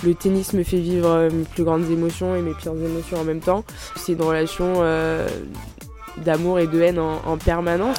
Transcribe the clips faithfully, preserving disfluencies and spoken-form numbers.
Le tennis me fait vivre mes plus grandes émotions et mes pires émotions en même temps. C'est une relation euh, d'amour et de haine en, en permanence.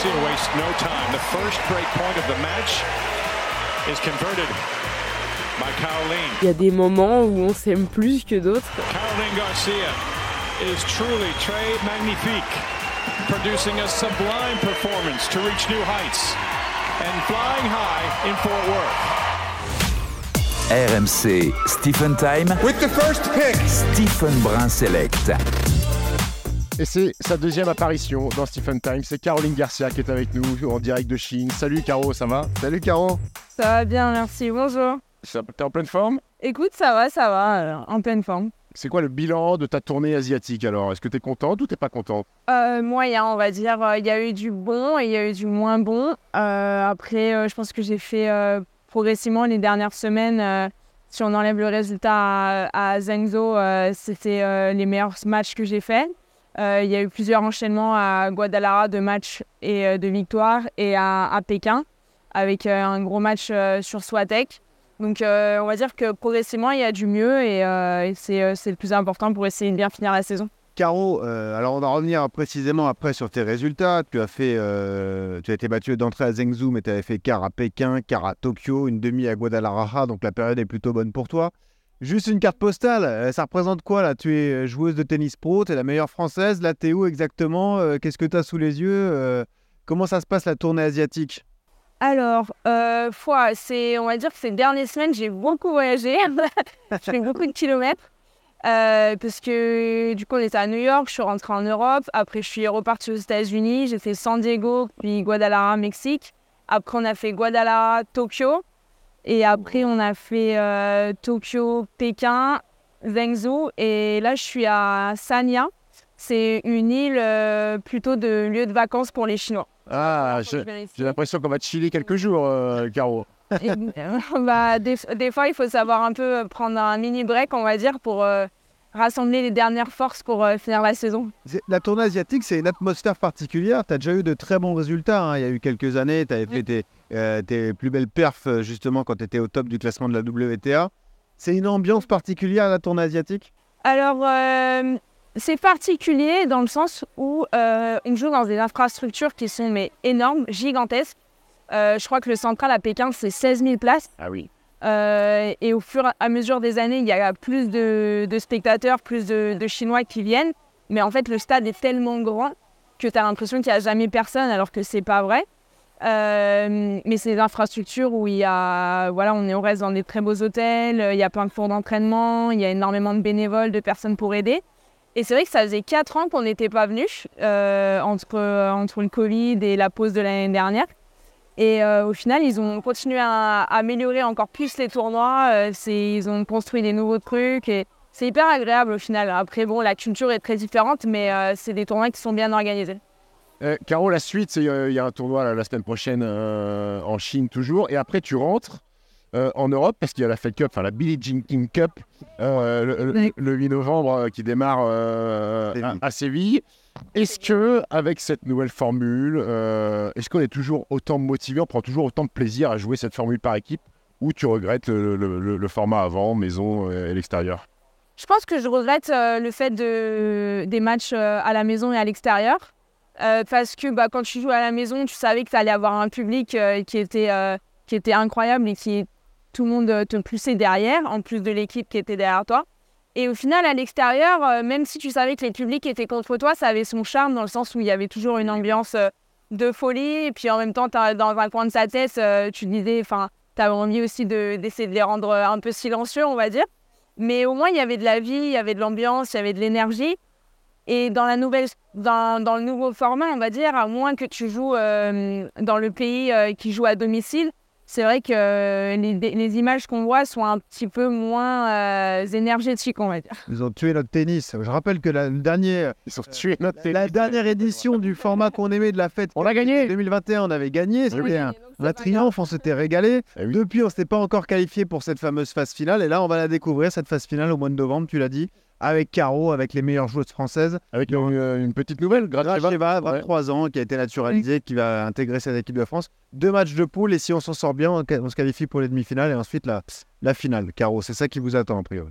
Il y a des moments où on s'aime plus que d'autres. Caroline Garcia is truly très magnifique, producing a sublime performance to reach new heights and flying high in Fort Worth. R M C Stephen Time with the first pick. Stephen Brun Select. Et c'est sa deuxième apparition dans Stephen Time. C'est Caroline Garcia qui est avec nous en direct de Chine. Salut Caro, ça va? Salut Caro. Ça va bien, merci. Bonjour. T'es en pleine forme? Écoute, ça va, ça va, alors, en pleine forme. C'est quoi le bilan de ta tournée asiatique alors? Est-ce que t'es contente ou t'es pas contente? euh, Moyen, on va dire. Il y a eu du bon et il y a eu du moins bon. Euh, après, euh, je pense que j'ai fait euh, progressivement les dernières semaines. Euh, si on enlève le résultat à, à Zhengzhou, euh, c'était euh, les meilleurs matchs que j'ai faits. Euh, il y a eu plusieurs enchaînements à Guadalajara de matchs et euh, de victoires et à, à Pékin avec euh, un gros match euh, sur Swatek. Donc euh, on va dire que progressivement il y a du mieux et, euh, et c'est, euh, c'est le plus important pour essayer de bien finir la saison. Caro, euh, alors on va revenir précisément après sur tes résultats. Tu as fait, euh, tu as été battu d'entrée à Zhengzhou, mais tu avais fait quart à Pékin, quart à Tokyo, une demi à Guadalajara, donc la période est plutôt bonne pour toi. Juste une carte postale, euh, ça représente quoi là? Tu es joueuse de tennis pro, tu es la meilleure française, là t'es où exactement? euh, Qu'est-ce que tu as sous les yeux? euh, Comment ça se passe la tournée asiatique? Alors, euh, foi, c'est, on va dire que ces dernières semaines, j'ai beaucoup voyagé. Je fais beaucoup de kilomètres. Euh, parce que du coup, on était à New York, je suis rentrée en Europe. Après, je suis repartie aux États-Unis. J'ai fait San Diego, puis Guadalajara, Mexique. Après, on a fait Guadalajara, Tokyo. Et après, on a fait euh, Tokyo, Pékin, Zhengzhou. Et là, je suis à Sanya. C'est une île euh, plutôt de lieu de vacances pour les Chinois. Ah, j'ai, j'ai l'impression qu'on va te chiller quelques jours, euh, Caro. Et, euh, bah, des, des fois, il faut savoir un peu prendre un mini break, on va dire, pour euh, rassembler les dernières forces pour euh, finir la saison. La tournée asiatique, c'est une atmosphère particulière. Tu as déjà eu de très bons résultats. Hein. Il y a eu quelques années, tu avais fait tes, euh, tes plus belles perfs justement quand tu étais au top du classement de la W T A. C'est une ambiance particulière, la tournée asiatique? Alors, euh, c'est particulier dans le sens où euh, on joue dans des infrastructures qui sont mais, énormes, gigantesques. Euh, je crois que le central à Pékin, c'est seize mille places. Ah oui. Euh, et au fur et à mesure des années, il y a plus de, de spectateurs, plus de, de Chinois qui viennent. Mais en fait, le stade est tellement grand que tu as l'impression qu'il n'y a jamais personne, alors que ce n'est pas vrai. Euh, mais c'est des infrastructures où il y a, voilà, on, est, on reste dans des très beaux hôtels, il y a plein de cours d'entraînement, il y a énormément de bénévoles, de personnes pour aider. Et c'est vrai que ça faisait quatre ans qu'on n'était pas venus, euh, entre, entre le Covid et la pause de l'année dernière. Et euh, au final, ils ont continué à, à améliorer encore plus les tournois. Euh, c'est, ils ont construit des nouveaux trucs et c'est hyper agréable au final. Après, bon, la culture est très différente, mais euh, c'est des tournois qui sont bien organisés. Euh, Caro, la suite, il euh, y a un tournoi là, la semaine prochaine euh, en Chine toujours. Et après, tu rentres euh, en Europe parce qu'il y a la Fed Cup, enfin la Billie Jean King Cup, euh, le, le, le huit novembre euh, qui démarre euh, à, à Séville. Est-ce que avec cette nouvelle formule, euh, est-ce qu'on est toujours autant motivé, on prend toujours autant de plaisir à jouer cette formule par équipe, ou tu regrettes le, le, le, le format avant, maison et l'extérieur? Je pense que je regrette euh, le fait de, des matchs euh, à la maison et à l'extérieur. Euh, parce que bah, quand tu joues à la maison, tu savais que tu allais avoir un public euh, qui, était, euh, qui était incroyable et qui tout le monde te poussait derrière, en plus de l'équipe qui était derrière toi. Et au final, à l'extérieur, euh, même si tu savais que les publics étaient contre toi, ça avait son charme dans le sens où il y avait toujours une ambiance euh, de folie. Et puis en même temps, dans un coin de sa tête, euh, tu disais, enfin, tu avais envie aussi de, d'essayer de les rendre un peu silencieux, on va dire. Mais au moins, il y avait de la vie, il y avait de l'ambiance, il y avait de l'énergie. Et dans, la nouvelle, dans, dans le nouveau format, on va dire, à moins que tu joues euh, dans le pays euh, qui joue à domicile, c'est vrai que euh, les, les images qu'on voit sont un petit peu moins euh, énergétiques, on va dire. Ils ont tué notre tennis. Je rappelle que la, le dernier, Ils ont tué notre tennis. la dernière édition du format qu'on aimait de la fête, On a gagné. deux mille vingt et un, on avait gagné. C'était Oui. un, un triomphe, on s'était régalé. Eh oui. Depuis, on ne s'était pas encore qualifié pour cette fameuse phase finale. Et là, on va la découvrir, cette phase finale, au mois de novembre, tu l'as dit, avec Caro, avec les meilleures joueuses françaises. Avec une, une petite nouvelle, Gracheva, vingt-trois ans, qui a été naturalisée, qui va intégrer cette équipe de France. Deux matchs de poule, et si on s'en sort bien, on, on se qualifie pour les demi-finales et ensuite la, la finale. Caro, c'est ça qui vous attend, a priori.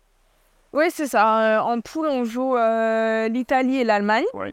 Oui, c'est ça. En poule, on joue euh, l'Italie et l'Allemagne. Ouais.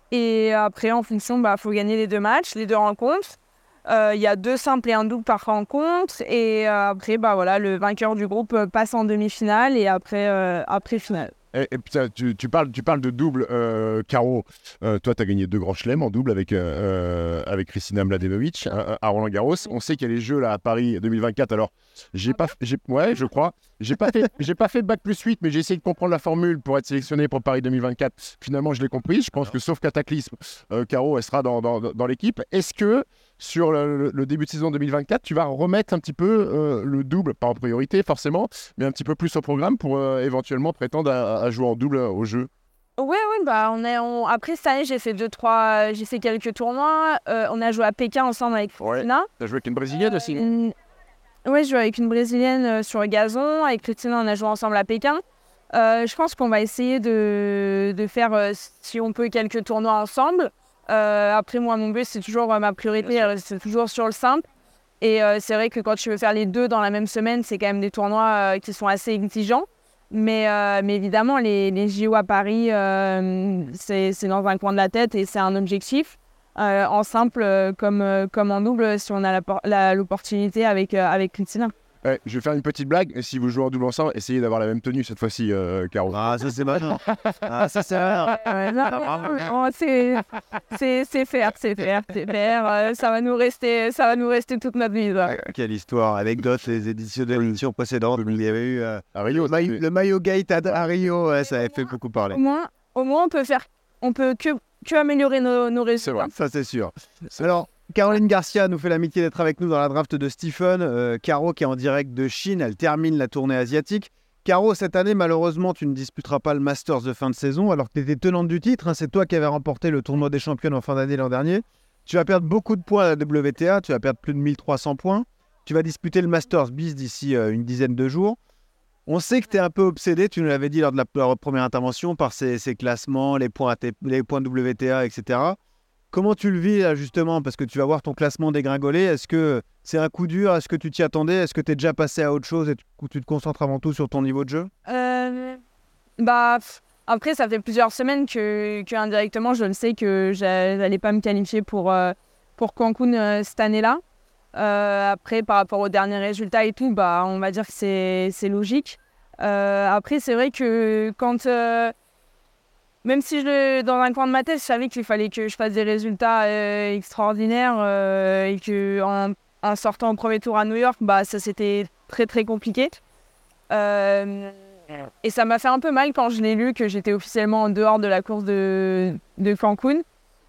Et après, en fonction, il bah, faut gagner les deux matchs, les deux rencontres. Il euh, y a deux simples et un double par rencontre. Et euh, après, bah, voilà, le vainqueur du groupe passe en demi-finale et après, euh, après finale. Et, et putain, tu, tu, parles, tu parles de double, euh, Caro. Euh, toi, tu as gagné deux grands chelems en double avec, euh, avec Kristina Mladenovic à, à Roland-Garros. On sait qu'il y a les Jeux là, à Paris deux mille vingt-quatre. Alors, j'ai pas, j'ai, ouais, je crois. J'ai pas fait, j'ai pas fait bac plus huit, mais j'ai essayé de comprendre la formule pour être sélectionné pour Paris deux mille vingt-quatre. Finalement, je l'ai compris. Je pense que sauf cataclysme, euh, Caro, elle sera dans, dans, dans l'équipe. Est-ce que sur le, le début de saison deux mille vingt-quatre, tu vas remettre un petit peu euh, le double, pas en priorité forcément, mais un petit peu plus au programme pour euh, éventuellement prétendre à, à jouer en double au jeu? Oui, oui, bah on est on... après cette année j'ai fait deux, trois, j'ai fait quelques tournois. Euh, on a joué à Pékin ensemble avec Christina. Ouais. T'as joué avec une Brésilienne aussi? Euh, oui, je joue avec une Brésilienne euh, sur le gazon. Avec Christina, on a joué ensemble à Pékin. Euh, je pense qu'on va essayer de, de faire, euh, si on peut, quelques tournois ensemble. Euh, après, moi, mon but, c'est toujours euh, ma priorité, euh, c'est toujours sur le simple. Et euh, c'est vrai que quand tu veux faire les deux dans la même semaine, c'est quand même des tournois euh, qui sont assez exigeants. Mais, euh, mais évidemment, les, les J O à Paris, euh, c'est, c'est dans un coin de la tête et c'est un objectif. Euh, en simple euh, comme, euh, comme en double, si on a la, la, l'opportunité avec, euh, avec Christina. Ouais, je vais faire une petite blague. Si vous jouez en double ensemble, essayez d'avoir la même tenue cette fois-ci, euh, Caro. Ah, ça c'est mal. Ah, ça c'est mal. Ouais, non, non, c'est, c'est, c'est faire, c'est faire, c'est faire. Euh, ça va nous rester, ça va nous rester toute notre vie. Ça. Quelle histoire. Anecdote, les éditions de l'émission précédente. Il y avait eu euh, à Rio, le, maillot, le maillot gate à, à Rio. Ouais, ça avait fait beaucoup parler. Au moins, au moins on peut faire, on peut que, que améliorer nos, nos résultats. C'est vrai. Ça c'est sûr. Alors, Caroline Garcia nous fait l'amitié d'être avec nous dans la draft de Stephen. Euh, Caro qui est en direct de Chine, elle termine la tournée asiatique. Caro, cette année, malheureusement, tu ne disputeras pas le Masters de fin de saison, alors que tu étais tenante du titre. Hein, c'est toi qui avais remporté le tournoi des championnes en fin d'année l'an dernier. Tu vas perdre beaucoup de points à la W T A, tu vas perdre plus de mille trois cents points. Tu vas disputer le Masters Bis d'ici euh, une dizaine de jours. On sait que tu es un peu obsédé, tu nous l'avais dit lors de la, la première intervention, par ces, ces classements, les points, A T P, les points W T A, et cetera. Comment tu le vis là justement? Parce que tu vas voir ton classement dégringoler. Est-ce que c'est un coup dur? Est-ce que tu t'y attendais? Est-ce que tu es déjà passé à autre chose et tu, tu te concentres avant tout sur ton niveau de jeu? euh, Bah après ça fait plusieurs semaines que, que indirectement je le sais que j'allais pas me qualifier pour, euh, pour Cancun euh, cette année-là. Euh, après par rapport aux derniers résultats et tout, bah on va dire que c'est, c'est logique. Euh, après c'est vrai que quand euh, même si je, dans un coin de ma tête, je savais qu'il fallait que je fasse des résultats euh, extraordinaires euh, et qu'en en sortant au premier tour à New York, bah, ça c'était très très compliqué. Euh, et ça m'a fait un peu mal quand je l'ai lu que j'étais officiellement en dehors de la course de, de Cancun.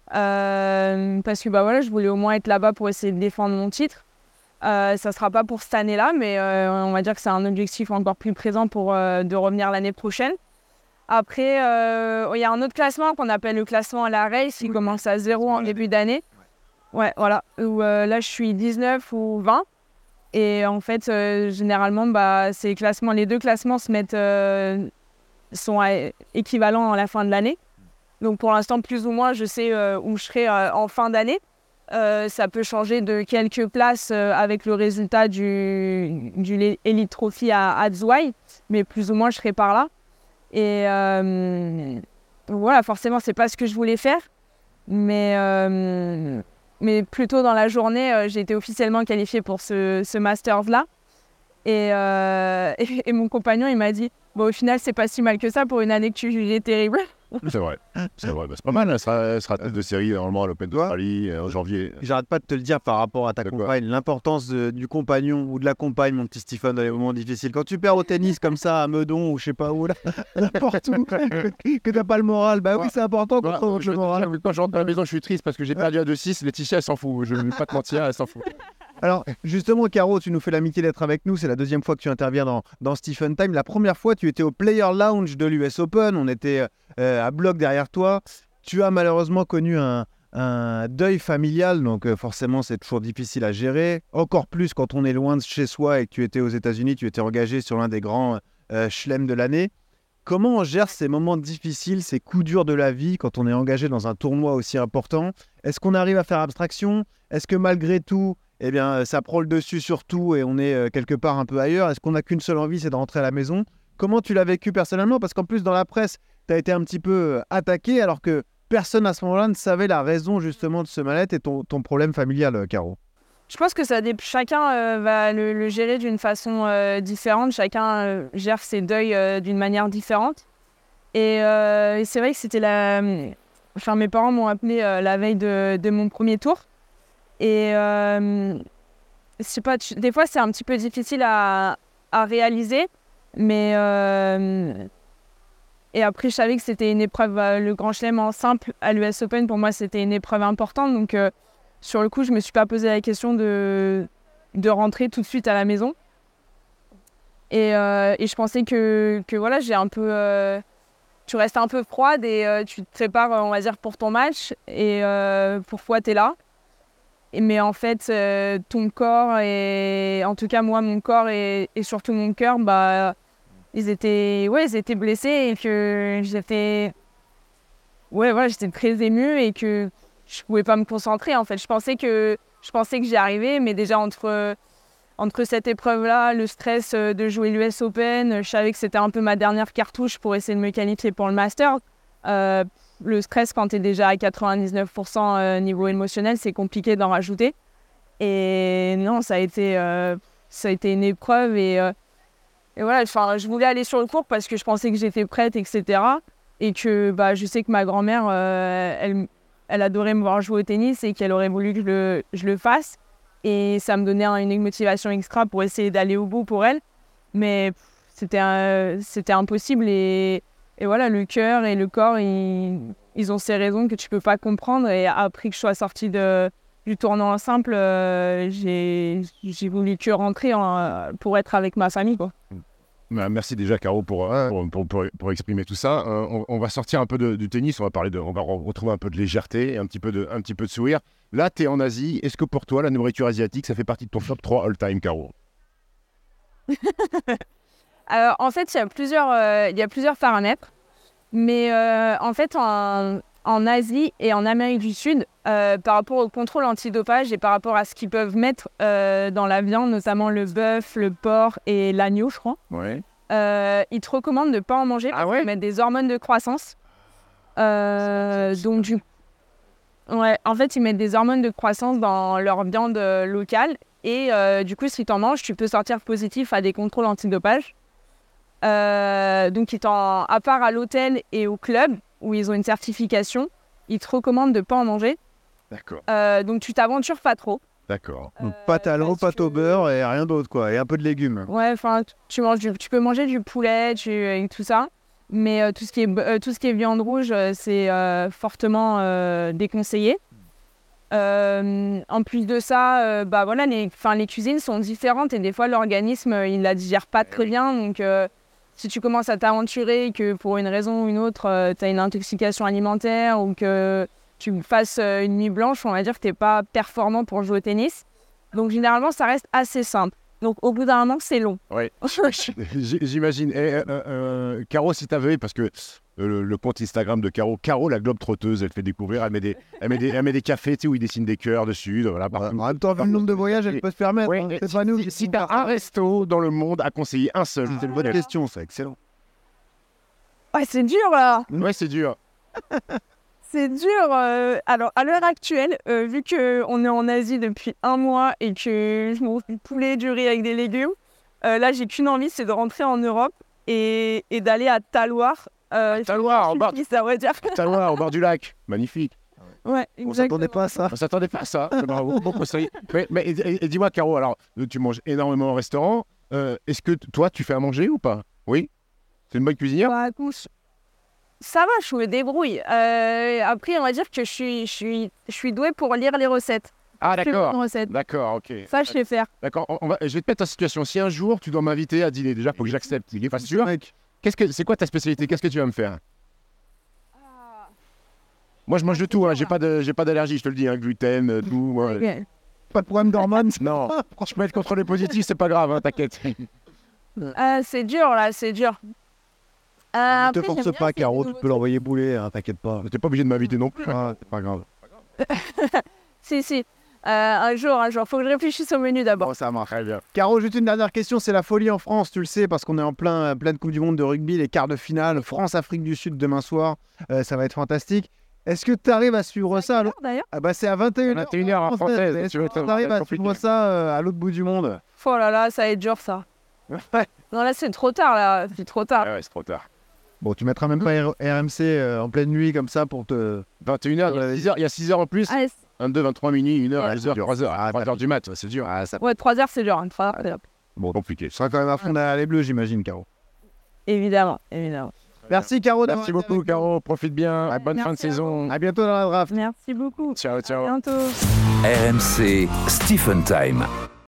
Euh, parce que bah, voilà, je voulais au moins être là-bas pour essayer de défendre mon titre. Euh, ça ne sera pas pour cette année-là, mais euh, on va dire que c'est un objectif encore plus présent pour euh, de revenir l'année prochaine. Après, il euh, y a un autre classement qu'on appelle le classement à la race, qui commence à zéro en début d'année. Ouais, voilà. Où euh, là, je suis dix-neuf ou vingt. Et en fait, euh, généralement, bah, ces classements, les deux classements se mettent, euh, sont à, équivalents à la fin de l'année. Donc pour l'instant, plus ou moins, je sais euh, où je serai euh, en fin d'année. Euh, ça peut changer de quelques places euh, avec le résultat du, du Elite Trophy à, à Zhuhai. Mais plus ou moins, je serai par là. Et euh, voilà, forcément, c'est pas ce que je voulais faire. Mais, euh, mais plus tôt dans la journée, euh, j'ai été officiellement qualifiée pour ce, ce Masters-là. Et, euh, et, et mon compagnon, il m'a dit bon, au final, c'est pas si mal que ça pour une année que tu jugeais terrible. C'est vrai, c'est vrai. Bah, c'est pas mal, elle sera, elle sera tête de série normalement à l'Open d'Australie euh, en janvier. J'arrête pas de te le dire par rapport à ta compagne, l'importance de, du compagnon ou de la compagne, mon petit Stephen, dans les moments difficiles. Quand tu perds au tennis comme ça à Meudon ou je sais pas où, là, n'importe où, que, que t'as pas le moral, bah oui, c'est important qu'on trouve le moral. Quand je rentre à la maison, je suis triste parce que j'ai perdu à deux six. Laetitia, elle s'en fout. Je ne vais pas te mentir, elle s'en fout. Alors, justement, Caro, tu nous fais l'amitié d'être avec nous. C'est la deuxième fois que tu interviens dans, dans Stephen Time. La première fois, tu étais au Player Lounge de l'U S Open. On était euh, à bloc derrière toi. Tu as malheureusement connu un, un deuil familial, donc euh, forcément, c'est toujours difficile à gérer. Encore plus quand on est loin de chez soi et que tu étais aux États-Unis, tu étais engagé sur l'un des grands euh, chelems de l'année. Comment on gère ces moments difficiles, ces coups durs de la vie quand on est engagé dans un tournoi aussi important? Est-ce qu'on arrive à faire abstraction? Est-ce que malgré tout, eh bien, ça prend le dessus sur tout et on est euh, quelque part un peu ailleurs? Est-ce qu'on n'a qu'une seule envie, c'est de rentrer à la maison? Comment tu l'as vécu personnellement? Parce qu'en plus, dans la presse, tu as été un petit peu euh, attaqué alors que personne à ce moment-là ne savait la raison justement de ce mal-être et ton, ton problème familial, euh, Caro. Je pense que ça dé- chacun euh, va le, le gérer d'une façon euh, différente. Chacun euh, gère ses deuils euh, d'une manière différente. Et, euh, et c'est vrai que c'était la... Enfin, mes parents m'ont appelé euh, la veille de, de mon premier tour. Et euh, je sais pas, tu- des fois, c'est un petit peu difficile à, à réaliser. Mais... euh, Et après, je savais que c'était une épreuve, euh, le Grand Chelem en simple à l'U S Open, pour moi, c'était une épreuve importante. Donc, euh, sur le coup, je ne me suis pas posé la question de, de rentrer tout de suite à la maison. Et, euh, et je pensais que, que voilà, j'ai un peu... Euh, tu restes un peu froide et euh, tu te prépares, on va dire, pour ton match. Et euh, pourquoi tu es là. Et, mais en fait, euh, ton corps, et en tout cas, moi, mon corps et, et surtout mon cœur, bah... Ils étaient, ouais, ils étaient blessés et que j'étais, ouais, voilà, j'étais très émue et que je pouvais pas me concentrer. En fait, je pensais que, je pensais que j'y arrivais, mais déjà entre, entre cette épreuve-là, le stress de jouer l'U S Open, je savais que c'était un peu ma dernière cartouche pour essayer de me qualifier pour le Master. Euh, le stress, quand tu es déjà à quatre-vingt-dix-neuf pour cent niveau émotionnel, c'est compliqué d'en rajouter. Et non, ça a été, euh, ça a été une épreuve et euh, Et voilà, enfin, je voulais aller sur le court parce que je pensais que j'étais prête, et cetera. Et que bah, je sais que ma grand-mère, euh, elle, elle adorait me voir jouer au tennis et qu'elle aurait voulu que je le, je le fasse. Et ça me donnait une motivation extra pour essayer d'aller au bout pour elle. Mais pff, c'était, euh, c'était impossible. Et, et voilà, le cœur et le corps, ils, ils ont ces raisons que tu ne peux pas comprendre. Et après que je sois sortie de, du tournoi en simple, euh, j'ai, j'ai voulu que rentrer en, pour être avec ma famille, quoi. Bah, merci déjà Caro pour, pour, pour, pour, pour exprimer tout ça. Euh, on, on va sortir un peu de, du tennis, on va parler de, on va re- retrouver un peu de légèreté et un petit peu de, un petit peu de sourire. Là, tu es en Asie. Est-ce que pour toi, la nourriture asiatique, ça fait partie de ton top trois all-time, Caro? Alors, en fait, il y a plusieurs, euh, il y a plusieurs paramètres. Mais euh, en fait, en, en Asie et en Amérique du Sud, euh, par rapport au contrôle antidopage et par rapport à ce qu'ils peuvent mettre euh, dans la viande, notamment le bœuf, le porc et l'agneau, je crois, Ouais. euh, ils te recommandent de ne pas en manger parce Ah ouais qu'ils mettent des hormones de croissance. Euh, donc, du... ouais, en fait, ils mettent des hormones de croissance dans leur viande euh, locale. Et euh, du coup, si tu en manges, tu peux sortir positif à des contrôles antidopage. Euh, donc, ils t'en... à part à l'hôtel et au club, où ils ont une certification, ils te recommandent de ne pas en manger. D'accord. Euh, donc, tu t'aventures pas trop. D'accord. Donc, pâte à l'eau, parce pâte que- au beurre et rien d'autre, quoi. Et un peu de légumes. Ouais, enfin, tu manges du... tu peux manger du poulet, tu... et tout ça. Mais euh, tout, ce qui est... euh, tout ce qui est viande rouge, euh, c'est euh, fortement euh, déconseillé. Euh, en plus de ça, euh, bah voilà, les, enfin, les cuisines sont différentes et des fois l'organisme euh, il la digère pas très bien. Donc euh, si tu commences à t'aventurer et que pour une raison ou une autre, euh, tu as une intoxication alimentaire ou que tu fasses euh, une nuit blanche, on va dire que tu n'es pas performant pour jouer au tennis. Donc généralement, ça reste assez simple. Donc au bout d'un moment, c'est long. Oui, j'imagine. Et, euh, euh, Caro, si tu avais, parce que euh, le, le compte Instagram de Caro, Caro la globe trotteuse, elle fait découvrir, elle met des, elle met des, elle met des cafés, tu sais, où ils dessinent des cœurs dessus. Voilà, En partout. même temps, vu le nombre de voyages, elle peut se permettre. Ouais, hein. et C'est si, pas nous. si, qui si pouvons t'as faire un ça. resto dans le monde à conseiller, un seul, C'est c'est une le bonne question, c'est excellent. Ouais, c'est dur là. Ouais, c'est dur. C'est dur. euh, alors, à l'heure actuelle, euh, vu qu'on est en Asie depuis un mois et que je mange du poulet, du riz avec des légumes, euh, là, j'ai qu'une envie, c'est de rentrer en Europe et, et d'aller à Talloires. Euh, Talloires, au bord, ça va dire. Talloires, au bord du lac. Magnifique. Ouais, On s'attendait pas à ça. On s'attendait pas à ça. Bravo, bon conseil. Mais, mais et, et- et dis-moi, Caro, alors, euh, tu manges énormément au restaurant. Euh, Est-ce que t- toi, tu fais à manger ou pas? Oui. C'est une bonne cuisinière? Bah, écoute, ça va, je me débrouille. Euh, après, on va dire que je suis, je suis, je suis douée pour lire les recettes. Ah, Je fais d'accord. une recette. D'accord, ok. Ça, je sais faire. D'accord, on- on va, je vais te mettre en situation. Si un jour tu dois m'inviter à dîner, déjà, faut que j'accepte. Il est pas sûr. Mec, Qu'est-ce que, c'est quoi ta spécialité? Qu'est-ce que tu vas me faire? Moi, je mange de tout. Hein. J'ai pas de, j'ai pas d'allergie, je te le dis. Hein. Gluten, euh, tout. moi. Ok. pas de problème d'hormones. Non, je peux être contrôlé positif, c'est pas grave. Hein, t'inquiète. Ah, c'est dur, là, c'est dur. Euh, Ne après, te j'aime force bien pas, essayer Caro, des tu nouveaux peux l'envoyer bouler, hein, t'inquiète pas. T'es pas obligé de m'inviter non plus. Ah, c'est pas grave. Si, si. Euh, un jour, un jour. Faut que je réfléchisse au menu d'abord. Bon, ça marche. Très bien. Caro, juste une dernière question, c'est la folie en France, tu le sais, parce qu'on est en plein, pleine Coupe du Monde de rugby, les quarts de finale, France-Afrique du Sud demain soir, euh, ça va être fantastique. Est-ce que tu arrives à suivre ça à l'autre... D'ailleurs. Ah bah c'est à vingt et une heures. vingt et une heures en française. Est-ce Tu veux que être- tu arrives à compliqué. suivre ça euh, à l'autre bout du monde? Oh là là, ça va être dur ça. Ouais. Non, là, c'est trop tard, là. C'est trop tard. Ah ouais, c'est trop tard. Bon, tu mettras même pas R- RMC euh, en pleine nuit comme ça pour te... vingt et une heures, il y a six heures, il y a six heures en plus. Ah, c'est- vingt-deux, vingt-trois, minuit, une heure, Ouais. deux heures, trois heures, Ah, trois heures du mat, ouais, c'est dur. Ah, ça... ouais, trois heures, c'est dur. Hein. trois heures, c'est dur. Bon, Compliqué. tu seras quand même à fond derrière les bleus, j'imagine, Caro. Évidemment, évidemment. Merci, Caro. d'avoir Merci été beaucoup, avec nous. Caro. Profite bien. Bonne Merci fin de à saison. À bientôt dans la draft. Merci beaucoup. Ciao, À ciao. bientôt. R M C Stephen Time.